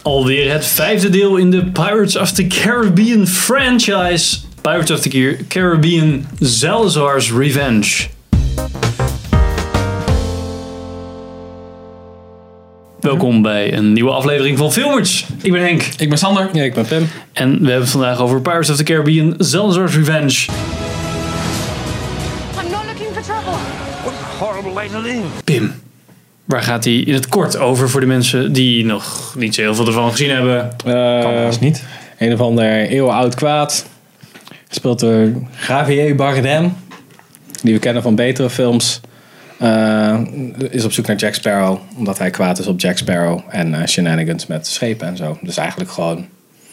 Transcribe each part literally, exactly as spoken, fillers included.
alweer het vijfde deel in de Pirates of the Caribbean franchise. Pirates of the Caribbean Salazar's Revenge. Welkom bij een nieuwe aflevering van Filmers. Ik ben Henk. Ik ben Sander. Ja, ik ben Pim. En we hebben het vandaag over Pirates of the Caribbean Salazar's Revenge. I'm not looking for trouble. What a horrible way to live. Pim, waar gaat hij in het kort over voor de mensen die nog niet zo heel veel ervan gezien hebben? Uh, Kan haast niet. Een of ander eeuwenoud kwaad. Gespeeld door Javier Bardem. Die we kennen van betere films. Uh, is op zoek naar Jack Sparrow. Omdat hij kwaad is op Jack Sparrow. En uh, shenanigans met schepen en zo. Dus eigenlijk gewoon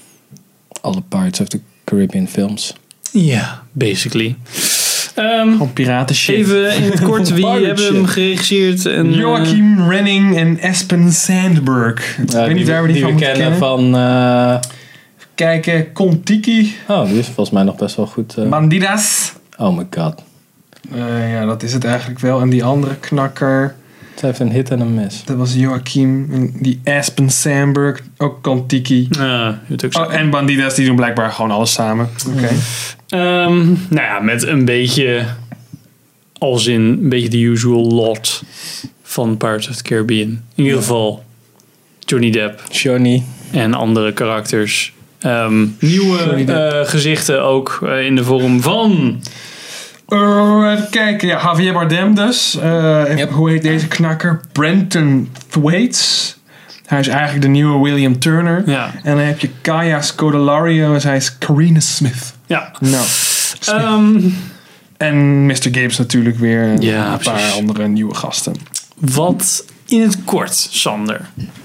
alle Pirates of the Caribbean films. Ja, yeah, basically. Um, Van piraten shit. Even in het kort, wie Pirate hebben shit. hem geregisseerd? En, Joachim Renning en Espen Sandberg. Ik Uh, weet niet waar we die, die van we moeten kennen kennen. van... Uh, Kijken, Kon-Tiki, oh, die is volgens mij nog best wel goed. Uh, Bandidas. oh my god. Uh, ja, dat is het eigenlijk wel. En die andere knakker, Het heeft een hit en een miss. dat was Joachim. En die Espen Sandberg, ook Kon-Tiki. Ja, het ook zo. Oh, en Bandidas, die doen blijkbaar gewoon alles samen. Oké. Okay. Um, nou ja, met een beetje, als in een beetje de usual lot van Pirates of the Caribbean. In ieder geval Johnny Depp Johnny. en andere karakters. Um, nieuwe Johnny Depp. uh, gezichten ook uh, in de vorm van... Uh, even kijken, ja, Javier Bardem dus. Uh, Yep. Hoe heet deze knakker? Brenton Thwaites. Hij is eigenlijk de nieuwe William Turner. Ja, En dan heb je Kaya Scodelario en zij is Karina Smith. ja. Nou. Um, En mister Gibbs natuurlijk weer. En Ja, een paar precies. andere nieuwe gasten. wat in het kort, Sander.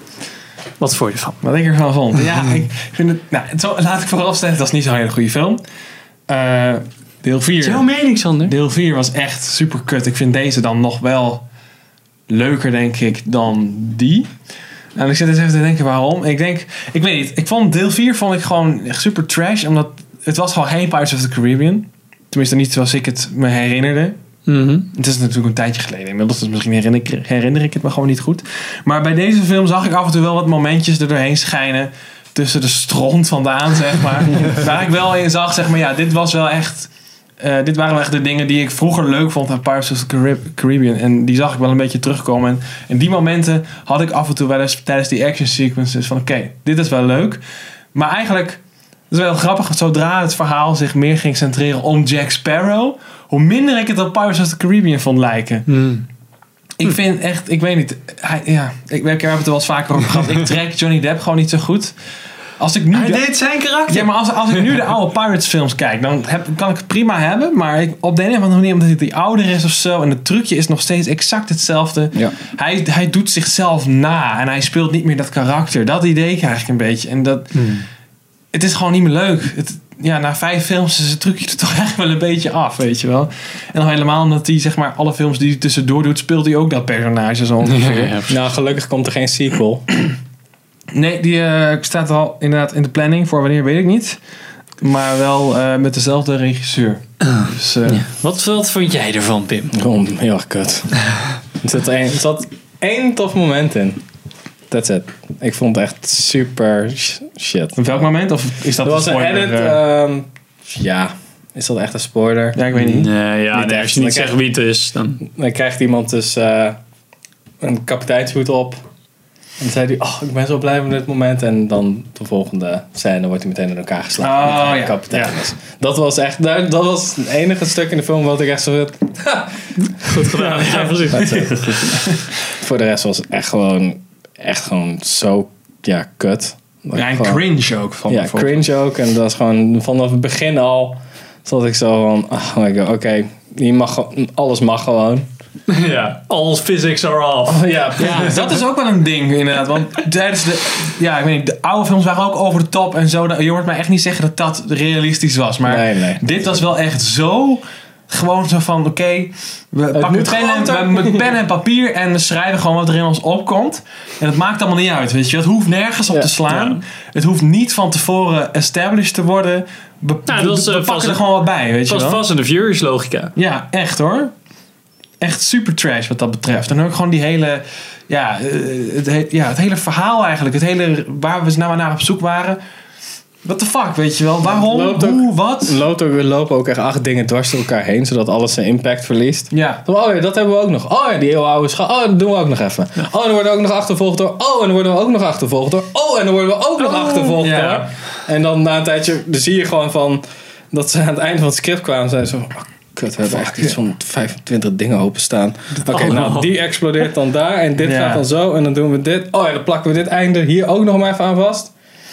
Wat vond je ervan? Wat ik ervan vond? Ja, ik vind het... Nou, het zo, laat ik vooropstellen, dat is niet zo'n hele goede film. Uh, deel vier. Jouw mening, Sander? Deel vier was echt super kut. Ik vind deze dan nog wel leuker, denk ik, dan die. En ik zit eens even te denken waarom. Ik denk, ik weet niet. Ik vond deel vier vond ik gewoon echt super trash. Omdat het was gewoon geen Pirates of the Caribbean. Tenminste niet zoals ik het me herinnerde. Mm-hmm. Het is natuurlijk een tijdje geleden inmiddels. Dus misschien herinner ik, herinner ik het me gewoon niet goed. Maar bij deze film zag ik af en toe wel wat momentjes er doorheen schijnen. Tussen de stront vandaan, zeg maar. Waar ik wel in zag, zeg maar, ja, dit was wel echt... Uh, dit waren wel echt de dingen die ik vroeger leuk vond aan Pirates of the Carib- Caribbean. En die zag ik wel een beetje terugkomen. En in die momenten had ik af en toe wel eens tijdens die action sequences van... Oké, okay, dit is wel leuk. Maar eigenlijk, het is wel grappig. Zodra het verhaal zich meer ging centreren om Jack Sparrow... hoe minder ik het op Pirates of the Caribbean vond lijken. Mm. Ik vind echt, ik weet niet... Hij, ja, ik, ik heb het er wel eens vaker over gehad. Ik trek Johnny Depp gewoon niet zo goed. Als ik nu Hij de- deed zijn karakter. Ja, maar als, als ik nu de oude Pirates films kijk, dan heb, kan ik het prima hebben. Maar ik, op de een of andere manier, omdat hij die ouder is of zo. En het trucje is nog steeds exact hetzelfde. Ja. Hij, hij doet zichzelf na. En hij speelt niet meer dat karakter. Dat idee krijg ik een beetje. En dat, Hmm. het is gewoon niet meer leuk. Het, ja, na vijf films is het trucje er toch echt wel een beetje af, weet je wel. En dan helemaal omdat hij, zeg maar, alle films die hij tussendoor doet, speelt hij ook dat personage zo ongeveer. Ja, ja. Nou, gelukkig komt er geen sequel. Nee, die uh, staat al inderdaad in de planning. Voor wanneer weet ik niet. Maar wel uh, met dezelfde regisseur. Dus, uh, Ja. Wat, wat vond jij ervan, Pim? Gewoon heel erg kut. Er zat, één, er zat één tof moment in. That's it. Ik vond het echt super sh- shit. Op welk moment? Of is dat Er was een spoiler, edit. uh, ehm, ja, is dat echt een spoiler? ja, ik weet niet. Nee, ja, Niet nee, echt. als je niet Dan zegt wie het is, dan... Dan krijgt iemand dus uh, een kapiteinshoed op. En dan zei hij, oh, ik ben zo blij met dit moment. En dan de volgende scène wordt hij meteen in elkaar geslagen. Oh, met de ja. kapitein. Ja. Dus dat was echt, dat was het enige stuk in de film wat ik echt zo... Goed gedaan, ja, precies. Dat is echt goed. Voor de rest was het echt gewoon, echt gewoon zo, ja, kut. Dat Ja, en gewoon- cringe ook. Van Ja, bijvoorbeeld. cringe ook. En dat was gewoon vanaf het begin al, zat ik zo van, oh my god, oké, okay, je mag gewoon- alles mag gewoon. Ja, all physics are off. Ja, Ja, dat is ook wel een ding inderdaad. Want tijdens de, ja, ik weet niet, de oude films waren ook over de top en zo. Je hoort mij echt niet zeggen dat dat realistisch was. Maar Nee, nee. dit was wel echt zo... Gewoon zo van, oké, okay, we pakken moet pen en, groter. we- met pen en papier en we schrijven gewoon wat er in ons opkomt. En het maakt allemaal niet uit, weet je. Het hoeft nergens op Ja, te slaan. ja. Het hoeft niet van tevoren established te worden. We, Nou, we- dat was, we uh, pakken vast- er gewoon wat bij, weet Het je was wel. Fast and the Furious logica. Ja, echt hoor. Echt super trash wat dat betreft. En ook gewoon die hele... ja, uh, het, he- ja, het hele verhaal eigenlijk. Het hele, waar we nou naar op zoek waren. What the fuck, weet je wel? Waarom? Loopt ook- Hoe? Wat? Loopt ook, we lopen ook echt acht dingen dwars door elkaar heen, zodat alles zijn impact verliest. Ja. Oh ja, dat hebben we ook nog. Oh ja, die eeuwenoude schaal. Oh, dat doen we ook nog even. Oh, en dan worden we ook nog achtervolgd door. Oh, en dan worden we ook nog achtervolgd door. Oh, en dan worden we ook nog Oh, achtervolgd ja. door. En dan na een tijdje, dan zie je gewoon van, dat ze aan het einde van het script kwamen, zeiden ze, oh, kut, we hebben echt iets van vijfentwintig dingen openstaan. Oké, okay, nou, die explodeert dan daar en dit Ja. gaat dan zo en dan doen we dit. Oh ja, dan plakken we dit einde hier ook nog maar even aan vast.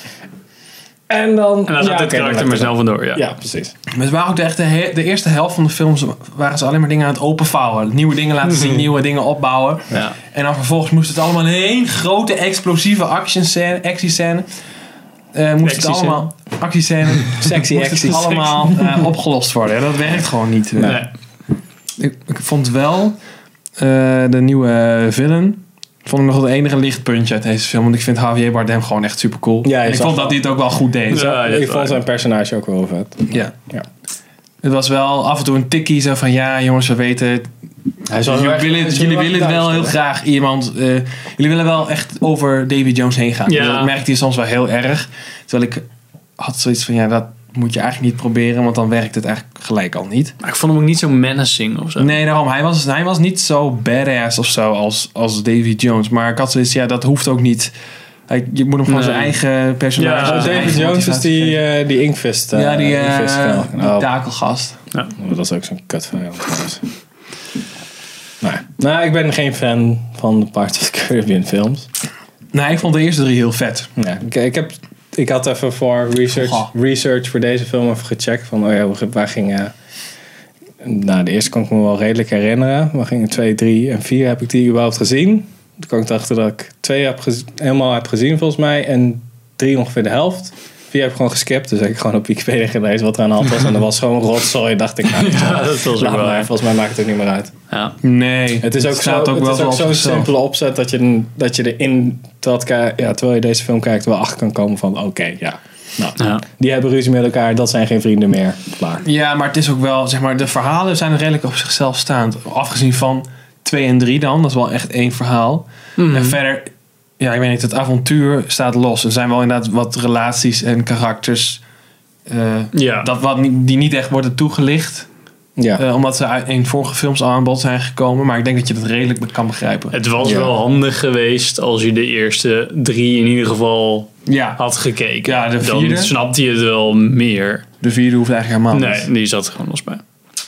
En dan... En dan gaat ja, dit oké, karakter dan maar lukt snel het. vandoor. Ja. Ja, precies. Maar het waren ook de, echt de, he- de eerste helft van de films waren ze alleen maar dingen aan het openvouwen. Nieuwe dingen laten zien, nieuwe dingen opbouwen. Ja. En dan vervolgens moest het allemaal in één grote explosieve actiescène, actiescène. Uh, moest het Actiescène. allemaal... Actiescène. Sexy moest het acties. allemaal uh, opgelost worden. Dat werkt gewoon niet. Nee. Ik, ik vond wel uh, de nieuwe villain. Vond ik nog het enige lichtpuntje uit deze film. Want ik vind Javier Bardem gewoon echt super cool. Ja, je en ik zag vond wel. dat hij het ook wel goed deed. Ja, dat ik wel. vond zijn personage ook wel vet. Ja. Ja. Het was wel af en toe een tikkie zo van... Ja, jongens, we weten het. Hij is wel Jullie heel erg- willen, hij het, is jullie heel erg willen het wel heel duister, hè? graag iemand... Uh, jullie willen wel echt over Davy Jones heen gaan. Ja. Dat merkte je soms wel heel erg. Terwijl ik had zoiets van... Ja, dat moet je eigenlijk niet proberen. Want dan werkt het eigenlijk gelijk al niet. Maar ik vond hem ook niet zo menacing of zo. Nee, daarom. Hij was, hij was niet zo badass of zo als, als Davy Jones. Maar ik had zoiets... Ja, dat hoeft ook niet. Hij, je moet hem gewoon Nee. zijn eigen personage... Ja, zijn Oh, David eigen Jones is motivatie die, geven. uh, die inkvist. Uh, ja, die, uh, inkvist die oh, takelgast. dat is ook zo'n kut vijand trouwens. Nou, nou, ik ben geen fan van de Pirates of the Caribbean films. Nee, ik vond de eerste drie heel vet. Ja, ik, ik, heb, ik had even voor research, Goh. research voor deze film even gecheckt. Van, oh ja, waar ging... Uh, nou, de eerste kan ik me wel redelijk herinneren. Waar gingen twee, drie en vier heb ik die überhaupt gezien. Toen kwam ik erachter dat ik twee heb gez- helemaal heb gezien volgens mij. En drie ongeveer de helft. Vier heb ik gewoon geskipt. Dus heb ik gewoon op Wikipedia gelezen wat er aan de hand was. En dat was gewoon rotzooi. Dacht ik, nou, Ja, dat was ook laat wel. maar. Volgens mij maakt het ook niet meer uit. Ja. Nee. Het is ook, zo, staat het is zo ook op zo'n zichzelf. simpele opzet dat je, dat je erin, terwijl, het, ja, terwijl je deze film kijkt, wel achter kan komen van oké, okay, ja. Nou, Ja. die hebben ruzie met elkaar, dat zijn geen vrienden meer. Klaar. Ja, maar het is ook wel, zeg maar, de verhalen zijn redelijk op zichzelf staand. Afgezien van twee en drie dan, dat is wel echt één verhaal. Mhm. En verder, ja, ik weet niet, het avontuur staat los. Er zijn wel inderdaad wat relaties en karakters uh, Ja. dat wat, niet- die niet echt worden toegelicht. Ja. Uh, omdat ze uit- in vorige films al aan bod zijn gekomen. Maar ik denk dat je dat redelijk kan begrijpen. Het was Ja. wel handig geweest als je de eerste drie in ieder geval Ja, had gekeken. Ja, de Dan vierde. snapte je het wel meer. de vierde hoeft eigenlijk helemaal Nee, niet. die zat er gewoon los bij.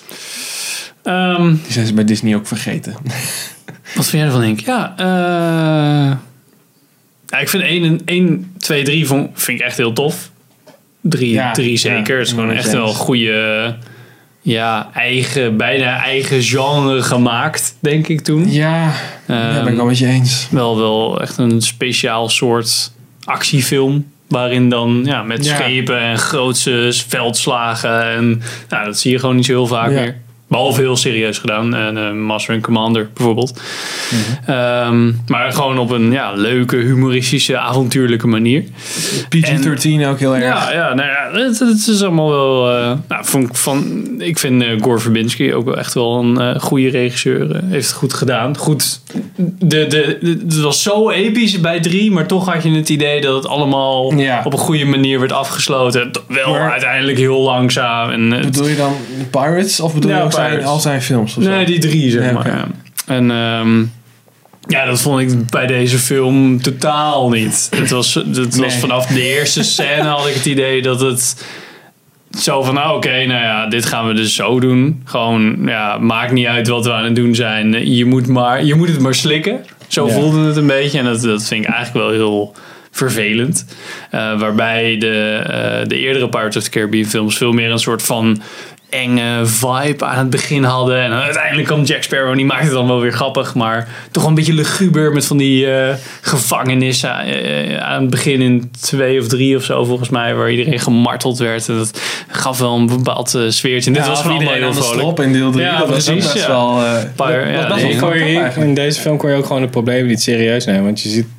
Ehm, Die zijn ze bij Disney ook vergeten. wat vind jij ervan, Henk? Ja, eh ja, ik vind één, twee, drie vond, vind ik echt heel tof. drie, Ja, drie zeker. ja, Het is gewoon ja, echt eens. wel een goede, ja, eigen, bijna eigen genre gemaakt, denk ik toen. Ja, daar ben ik Ehm, wel met je eens. Wel wel echt een speciaal soort actiefilm. Waarin dan ja, met Ja. schepen en grootse veldslagen. En nou, dat zie je gewoon niet zo heel vaak Ja. meer. Behalve heel serieus gedaan. En eh, Master and Commander bijvoorbeeld. Mhm. Ehm, maar gewoon op een ja, leuke, humoristische, avontuurlijke manier. P G dertien ook heel erg. Ja, ja, nou ja het, het is allemaal wel... eh, nou, van, van, ik vind eh, Gore Verbinski ook wel echt wel een eh, goede regisseur. Uh, heeft het goed gedaan. Goed, de, de, de, het was zo episch bij drie, maar toch had je het idee dat het allemaal Ja. op een goede manier werd afgesloten. T- Wel Maar- uiteindelijk heel langzaam. En, het- Bedoel je dan de Pirates of bedoel Ja, je ook zijn, Pirates. al zijn films? Of zo? nee, die drie zeg Ja, maar. oké. Ja. En ehm, ja, dat vond ik bij deze film totaal niet. Het was, het was Nee. vanaf de eerste scène had ik het idee dat het zo van, nou oké, nou ja, dit gaan we dus zo doen. Gewoon, ja, maakt niet uit wat we aan het doen zijn. Je moet, maar, je moet het maar slikken. Zo Ja. voelde het een beetje. En dat, dat vind ik eigenlijk wel heel vervelend. Uh, waarbij de, uh, de eerdere Pirates of the Caribbean films veel meer een soort van enge vibe aan het begin hadden. En uiteindelijk kwam Jack Sparrow en die maakte het dan wel weer grappig. Maar toch wel een beetje luguber met van die uh, gevangenissen uh, aan het begin in twee of drie of zo volgens mij. Waar iedereen gemarteld werd. En dat gaf wel een bepaald uh, sfeertje. En dit Ja, was of van allemaal iedereen heel aan de vrolijk. strop in deel drie. Ja, dat was ook precies, best ja. wel... Uh, Paar- ja, dat was nee, wel Ik grappig kon je- eigenlijk. in deze film kon je ook gewoon het probleem niet serieus nemen. Want je ziet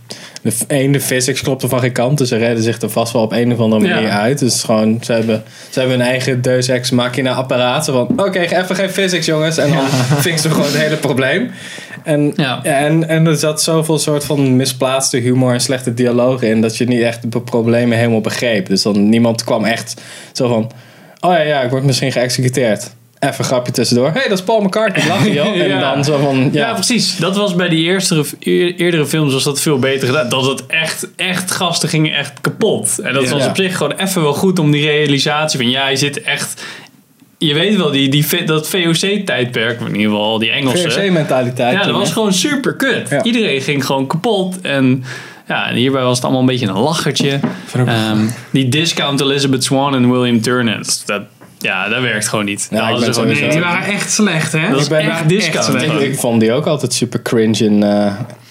de, één, de physics klopte van geen kant. Dus ze redden zich er vast wel op een of andere manier Ja. uit. Dus gewoon, ze hebben, ze hebben hun eigen Deus Ex Machina apparaat. Zo van, oké, okay, even geen physics jongens. En dan ja. fixen we gewoon het hele probleem. En, Ja. en, en er zat zoveel soort van misplaatste humor en slechte dialogen in. Dat je niet echt de problemen helemaal begreep. Dus dan niemand kwam echt zo van, oh ja, ja, ik word misschien geëxecuteerd. Even een grapje tussendoor. Hé, hey, dat is Paul McCartney. Lach je, joh. En Ja. dan zo van... Ja, Ja, precies. Dat was bij die eerste, eer- eerdere films was dat veel beter gedaan. Dat het echt, echt gasten gingen echt kapot. En dat Ja. was Ja. op zich gewoon even wel goed om die realisatie van... Ja, je zit echt... Je weet wel, die, die, dat V O C-tijdperk, in ieder geval die Engelsen... V O C-mentaliteit. Ja, dat toen, was hè. gewoon super kut. Ja. Iedereen ging gewoon kapot. En ja, en hierbij was het allemaal een beetje een lachertje. Um, die discount Elizabeth Swann en William Turner... Dat, ja, dat werkt gewoon niet. Ja, Dat ik hadden ben ze gewoon sowieso- niet. Die waren echt slecht, hè? Dat is Die waren echt discount. slecht. Gewoon. Ik vond die ook altijd super cringe in... Uh,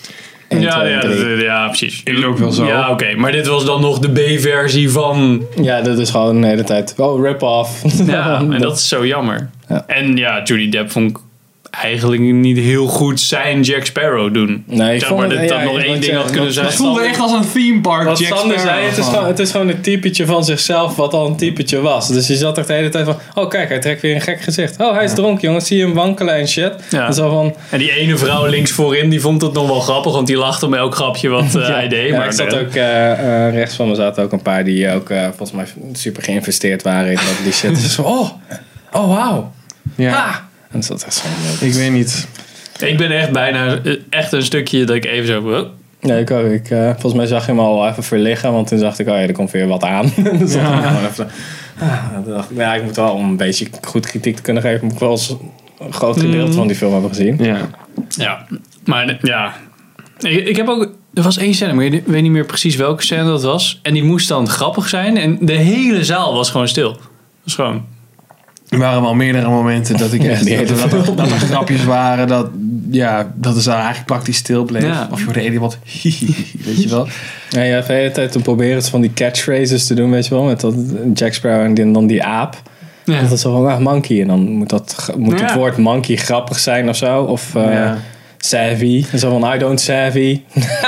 Ja, ja, dat- ja, precies. Is ook wel zo. Ja, oké. Maar dit was dan nog de B-versie van... ja, dat is gewoon de hele tijd... Oh, rip-off. Ja, en dat is zo jammer. Ja. En ja, Johnny Depp vond ik eigenlijk niet heel goed zijn Jack Sparrow doen. Nee, ik Zeg vond maar het- dat dat ja, nog wat één je- ding had kunnen wat- zijn. Het voelde echt als een theme park. Wat Jack Sander Sparrow zei, het is, van. gewoon, het is gewoon een typetje van zichzelf wat al een typetje was. Dus je zat er de hele tijd van... Oh, kijk, hij trekt weer een gek gezicht. Oh, hij is dronken, jongens. Zie je hem wankelen en shit. Ja. En zo van... En die ene vrouw links voorin, die vond het nog wel grappig, want die lachte om elk grapje wat uh, hij deed. Ja, Maar ik zat de- ook uh, uh, rechts van me zaten ook een paar die ook uh, volgens mij super geïnvesteerd waren in dat die shit. Dus zo, oh, oh wauw. Ja, Ah. En dat is echt zo. ik weet niet. Ik ben echt bijna uh, echt een stukje dat ik even zo... Oh. Nee, ik ook. Ik, uh, volgens mij zag je hem al even verliggen, want toen dacht ik, oh ja, er komt weer wat aan. Dus ja. Dan gewoon even, ah, toen dacht ik, ja, ik moet wel, om een beetje goed kritiek te kunnen geven, moet ik wel eens een groot gedeelte van die film hebben gezien. Ja. Ja, maar ja... Ik, ik heb ook... Er was één scène, maar ik weet niet meer precies welke scène dat was. En die moest dan grappig zijn. En de hele zaal was gewoon stil. Dat was gewoon... Er waren wel meerdere momenten dat ik Ja, echt die dat, hele dat, er, film. dat er grapjes waren dat, ja, dat het daar eigenlijk praktisch stil bleef. Ja. Of je hoorde iemand, weet je wel. Ja, je hebt de hele tijd te proberen van die catchphrases te doen, weet je wel, met dat Jack Sparrow en die- dan die aap. Ja. Dat is zo van, ah, monkey. En dan moet, dat, moet Ja. het woord monkey grappig zijn of zo. Of uh, Ja. savvy. En zo van, I don't savvy.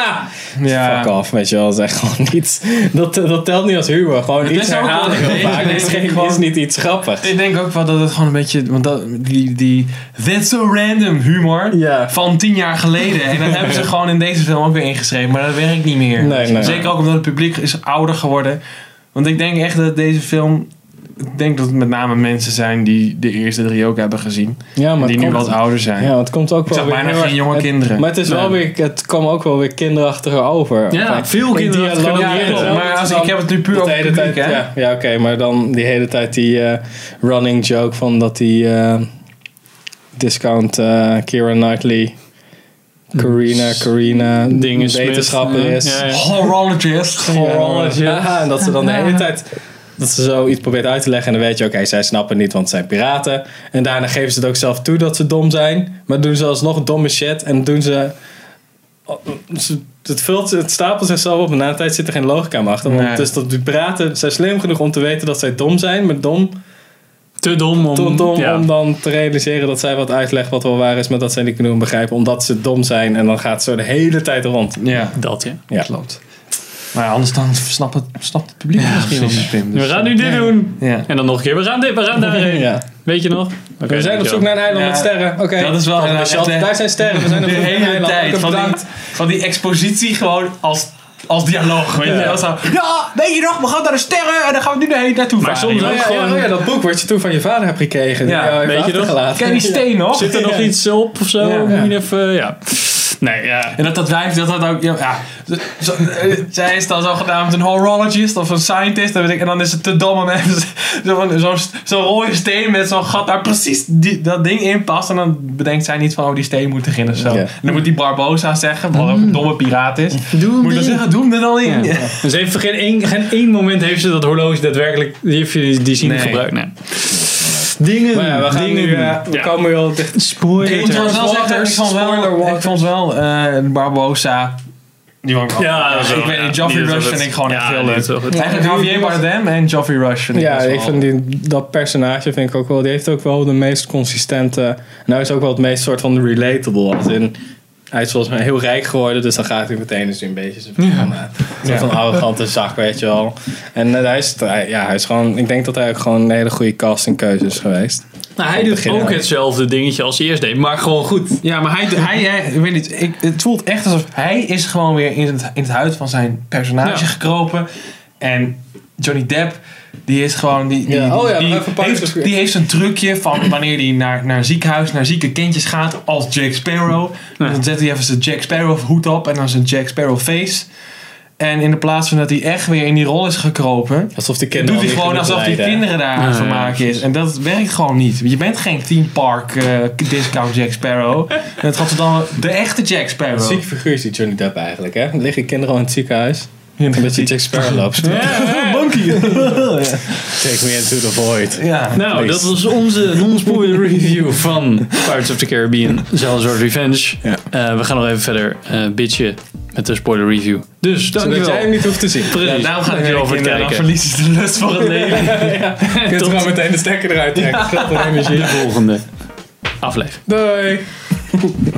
Ja. Fuck off, weet je wel. Dat is echt gewoon niet... Dat, dat telt niet als humor. Gewoon Het iets is ook wel- herhalen heel nee, vaak. nee, is, nee, geen, gewoon- is niet iets grappigs. Ik denk ook wel dat het gewoon een beetje, want dat, die, die that's so random humor Ja. van tien jaar geleden. En dat hebben ze gewoon in deze film ook weer ingeschreven. Maar dat werkt niet meer. Nee, nee. Zeker ook omdat het publiek is ouder geworden. Want ik denk echt dat deze film... Ik denk dat het met name mensen zijn die de eerste drie ook hebben gezien. Ja, maar die het nu komt- wat ouder zijn. Ja, het komt ook Ik wel zag weer bijna heel geen erg- jonge het- kinderen. Maar het is wel Nee. weer... Het kwam ook wel weer kinderachtiger over. Ja, Kijk, veel die kinderachtiger dialoog- dan Ja, die klopt. eerder. maar als, Dan ik heb het nu puur de over hele publiek, tijd, hè? Ja, ja oké, maar dan die hele tijd die eh, running joke van dat die eh, discount eh Keira Knightley, Carina, Carina, Dingen Smith, wetenschapper ja. is. Ja, ja. Horologist. Horologist. Ja, en dat ze dan de hele tijd... Dat ze zoiets probeert uit te leggen en dan weet je, oké, zij snappen niet, want het zijn piraten. En daarna geven ze het ook zelf toe dat ze dom zijn. Maar doen ze alsnog domme shit en doen ze... ze- Het, vult, het stapelt zichzelf op en na een tijd zit er geen logica meer achter. Want Nee. dus dat die piraten zijn slim genoeg om te weten dat zij dom zijn, maar dom, Te dom om... te dom ja. om dan te realiseren dat zij wat uitleggen wat wel waar is, maar dat zij niet kunnen begrijpen omdat ze dom zijn. En dan gaat het zo de hele tijd rond. Ja, Dat, ja. Ja. klopt. Maar ja, anders dan snapt het, snapt het publiek misschien wel niet. Pim. We Dus, gaan nu dit doen. Ja. En dan nog een keer. We gaan dit, we gaan daarheen. Ja. Weet je nog? Oké, We zijn op zoek naar een eiland Ja, met sterren. Oké. dat is wel Volgende inderdaad shot. echt, Daar zijn sterren. We zijn op de zoek naar een hele eiland. tijd Oké, van die, bedankt. van die expositie gewoon als, als dialoog. Weet je Ja. wel? Zo, ja, weet je nog, we gaan naar de sterren en dan gaan we nu heen naartoe Maar varen. soms joh. ook Oh ja, gewoon- ja, oh ja, dat boek wat je toen van je vader hebt gekregen. die Ja, jou heeft weet je nog? achtergelaten. Ken je die steen nog? Zit er nog Ja. iets op of zo? Ja. Moet je even... Ja. Nee, ja. En dat dat wijf, dat dat ook... Ja, ja, zo, eh, zij is dan zogenaamd een horologist of een scientist. En, weet ik, en dan is het te dom om even zo'n zo, zo rode steen met zo'n gat daar precies die, dat ding in past. En dan bedenkt zij niet van, oh, die steen moet erin of zo. Ja. En dan moet die Barbosa zeggen, wat ook een domme piraat is. Doe hem Moet dan zeggen, doe hem er dan in. Ja. Dus heeft geen één, geen één moment heeft ze dat horloge daadwerkelijk... Die heeft die, die zien Nee. gebruikt. Nee. Dingen. Maar ja, we gaan dingen. nu... eh, we Ja. komen heel dicht. Spoiler. Ik moet wel zeggen, ik vond wel, Spoiler waters. ik vond wel eh, Barbosa... Die vond ik wel. Ja, dat is wel- ik weet niet, ja, Joffrey die is Rush wel vind goed. ik gewoon echt Ja, heel die leuk. is wel goed. Eigenlijk Javier Bardem en Joffrey Rush vind ik Ja, best ik wel- vind die, dat personage vind ik ook wel... Die heeft ook wel de meest consistente... Nou is ook wel het meest soort van relatable. Als in, hij is volgens mij heel rijk geworden, dus dan gaat hij meteen dus een beetje zo van, ja. uh, zo Ja. van arrogante zak, weet je wel. En uh, hij, is, hij, ja, hij is gewoon, ik denk dat hij ook gewoon een hele goede castingkeuze is geweest. Nou, hij Van doet begin ook uit. hetzelfde dingetje als hij eerst deed, maar gewoon goed. Ja, maar hij, hij, hij ik weet niet, ik, het voelt echt alsof hij is gewoon weer in het, in het huid van zijn personage Ja. gekropen. En Johnny Depp, die is gewoon, die, die, Ja, oh ja, die, maar even pauze. heeft, die heeft een trucje van wanneer hij naar, naar een ziekenhuis, naar zieke kindjes gaat als Jack Sparrow. Ja. Dan zet hij even zijn Jack Sparrow hoed op en dan zijn Jack Sparrow face. En in de plaats van dat hij echt weer in die rol is gekropen, Alsof de doet kinderen hij gewoon alsof die kinderen daar aan het Ja, ja, vermaken is. En dat werkt gewoon niet. Je bent geen theme park eh, discount Jack Sparrow. En het gaat dan de echte Jack Een Sparrow. zieke figuur is die Johnny Depp eigenlijk, hè? Er liggen kinderen al in het ziekenhuis. Ja, Een beetje Jack Sparrow loopt. Monkey. Take me into the void. Ja. Nou, Please. dat was onze non-spoiler review van Pirates of the Caribbean, Salazar's Revenge. Ja. Uh, we gaan nog even verder uh, bitchen met de spoiler review. Dus, Zodat dankjewel. jij hem niet hoeft te zien. Precies. Ja, daarom ga ik Dankjewel weer voor het kijken. Dan kijken. verlies je de lust voor het leven. Je kunt Tot gewoon meteen de stekker eruit trekken. Scheelt er energie. de volgende aflevering. Doei.